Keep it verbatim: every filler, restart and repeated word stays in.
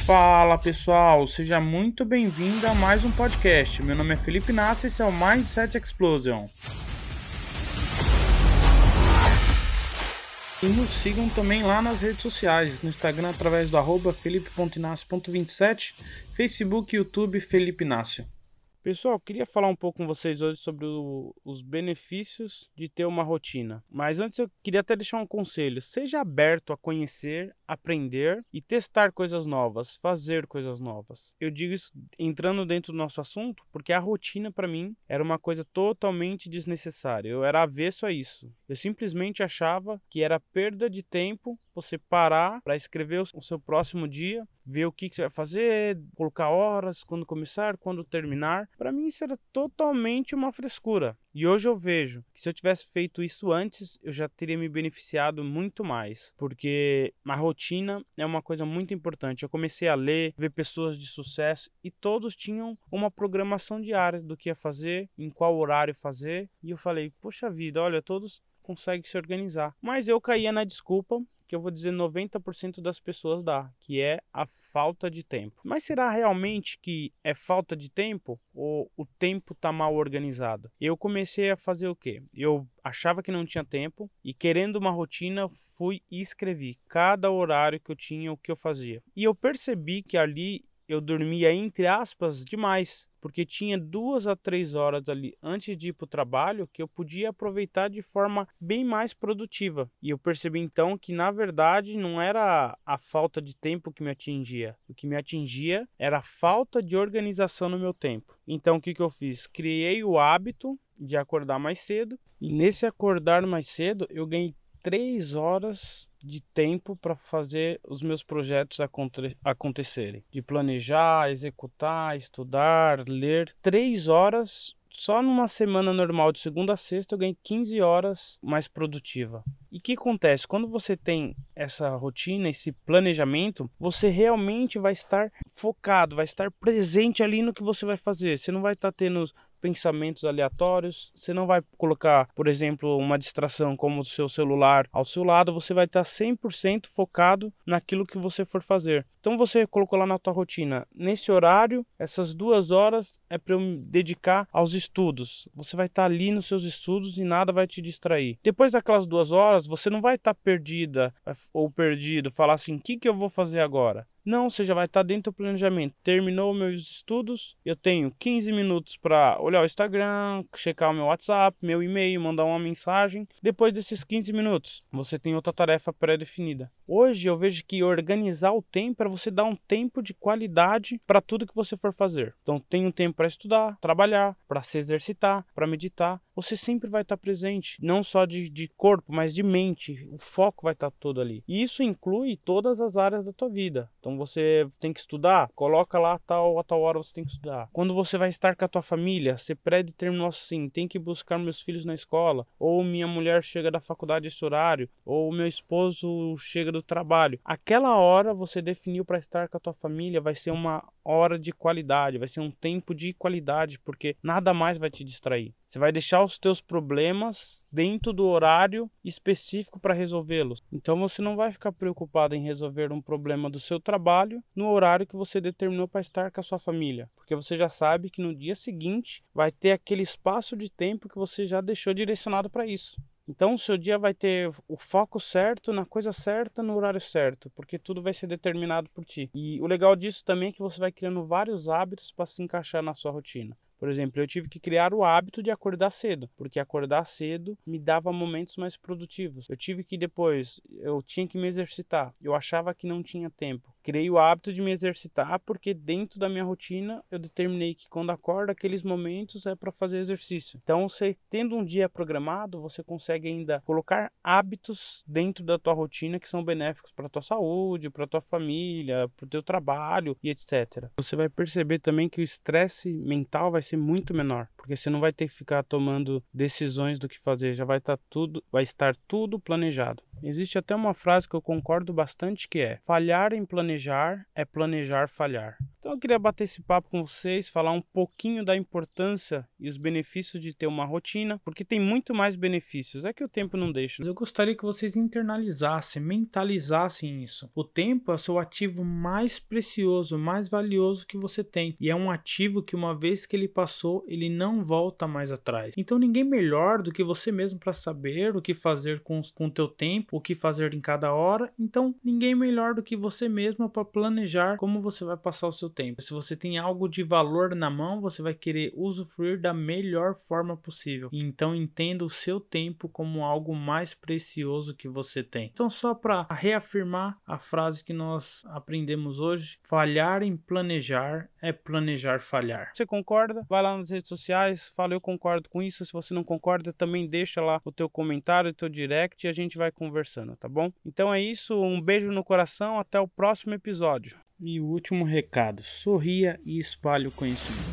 Fala pessoal, seja muito bem-vindo a mais um podcast. Meu nome é Felipe Nassi e esse é o Mindset Explosion. E nos sigam também lá nas redes sociais, no Instagram através do arroba felipe ponto inácio ponto vinte e sete, Facebook e YouTube Felipe Inácio. Pessoal, queria falar um pouco com vocês hoje sobre o, os benefícios de ter uma rotina. Mas antes eu queria até deixar um conselho. Seja aberto a conhecer, aprender e testar coisas novas, fazer coisas novas. Eu digo isso entrando dentro do nosso assunto porque a rotina para mim era uma coisa totalmente desnecessária. Eu era avesso a isso. Eu simplesmente achava que era perda de tempo você parar para escrever o seu próximo dia, ver o que você vai fazer, colocar horas, quando começar, quando terminar. Para mim isso era totalmente uma frescura. E hoje eu vejo que se eu tivesse feito isso antes, eu já teria me beneficiado muito mais. Porque a rotina é uma coisa muito importante. Eu comecei a ler, ver pessoas de sucesso e todos tinham uma programação diária do que ia fazer, em qual horário fazer. E eu falei, poxa vida, olha, todos conseguem se organizar. Mas eu caía na desculpa que eu vou dizer noventa por cento das pessoas dá, que é a falta de tempo. Mas será realmente que é falta de tempo ou o tempo está mal organizado? Eu comecei a fazer o quê? Eu achava que não tinha tempo e, querendo uma rotina, fui e escrevi cada horário que eu tinha, o que eu fazia. E eu percebi que ali eu dormia, entre aspas, demais, porque tinha duas a três horas ali antes de ir para o trabalho que eu podia aproveitar de forma bem mais produtiva. E eu percebi então que, na verdade, não era a falta de tempo que me atingia. O que me atingia era a falta de organização no meu tempo. Então, o que, que eu fiz? Criei o hábito de acordar mais cedo. E nesse acordar mais cedo, eu ganhei três horas de tempo para fazer os meus projetos aconte- acontecerem. De planejar, executar, estudar, ler. Três horas, só numa semana normal de segunda a sexta eu ganhei quinze horas mais produtiva. E o que acontece? Quando você tem essa rotina, esse planejamento, você realmente vai estar focado, vai estar presente ali no que você vai fazer. Você não vai estar tendo pensamentos aleatórios, você não vai colocar, por exemplo, uma distração como o seu celular ao seu lado, você vai estar cem por cento focado naquilo que você for fazer. Então você colocou lá na tua rotina, nesse horário, essas duas horas é para eu me dedicar aos estudos. Você vai estar ali nos seus estudos e nada vai te distrair. Depois daquelas duas horas, você não vai estar perdida ou perdido, falar assim, o que, que eu vou fazer agora? Não, você já vai estar dentro do planejamento. Terminou meus estudos, eu tenho quinze minutos para olhar o Instagram, checar o meu WhatsApp, meu e-mail, mandar uma mensagem. Depois desses quinze minutos, você tem outra tarefa pré-definida. Hoje eu vejo que organizar o tempo é para você dar um tempo de qualidade para tudo que você for fazer. Então tem um tempo para estudar, trabalhar, para se exercitar, para meditar. Você sempre vai estar presente, não só de, de corpo, mas de mente. O foco vai estar todo ali. E isso inclui todas as áreas da tua vida. Então você tem que estudar, coloca lá tal a tal hora você tem que estudar. Quando você vai estar com a tua família, você pré-determinou assim, tem que buscar meus filhos na escola, ou minha mulher chega da faculdade esse horário, ou meu esposo chega do trabalho. Aquela hora você definiu para estar com a tua família, vai ser uma hora de qualidade, vai ser um tempo de qualidade, porque nada mais vai te distrair. Você vai deixar os teus problemas dentro do horário específico para resolvê-los. Então você não vai ficar preocupado em resolver um problema do seu trabalho no horário que você determinou para estar com a sua família, porque você já sabe que no dia seguinte vai ter aquele espaço de tempo que você já deixou direcionado para isso. Então o seu dia vai ter o foco certo, na coisa certa, no horário certo, porque tudo vai ser determinado por ti. E o legal disso também é que você vai criando vários hábitos para se encaixar na sua rotina. Por exemplo, eu tive que criar o hábito de acordar cedo, porque acordar cedo me dava momentos mais produtivos. Eu tive que depois, eu tinha que me exercitar. Eu achava que não tinha tempo. Criei o hábito de me exercitar porque dentro da minha rotina eu determinei que quando acordo aqueles momentos é para fazer exercício. Então, você tendo um dia programado, você consegue ainda colocar hábitos dentro da tua rotina que são benéficos para a tua saúde, para a tua família, para o teu trabalho e etcétera. Você vai perceber também que o estresse mental vai ser muito menor, porque você não vai ter que ficar tomando decisões do que fazer, já vai estar tudo, vai estar tudo planejado. Existe até uma frase que eu concordo bastante que é: falhar em planejar é planejar falhar. Então eu queria bater esse papo com vocês, falar um pouquinho da importância e os benefícios de ter uma rotina, porque tem muito mais benefícios, é que o tempo não deixa. Eu gostaria que vocês internalizassem, mentalizassem isso. O tempo é o seu ativo mais precioso, mais valioso que você tem, e é um ativo que uma vez que ele passou, ele não volta mais atrás. Então ninguém melhor do que você mesmo para saber o que fazer com o teu tempo, o que fazer em cada hora. Então ninguém melhor do que você mesmo para planejar como você vai passar o seu tempo. Se você tem algo de valor na mão, você vai querer usufruir da melhor forma possível. Então entenda o seu tempo como algo mais precioso que você tem. Então, só para reafirmar a frase que nós aprendemos hoje: falhar em planejar é planejar falhar. Você concorda? Vai lá nas redes sociais, fala eu concordo com isso. Se você não concorda, também deixa lá o teu comentário, o teu direct, e a gente vai conversando, tá bom? Então é isso, um beijo no coração, até o próximo episódio. E o último recado: sorria e espalhe o conhecimento.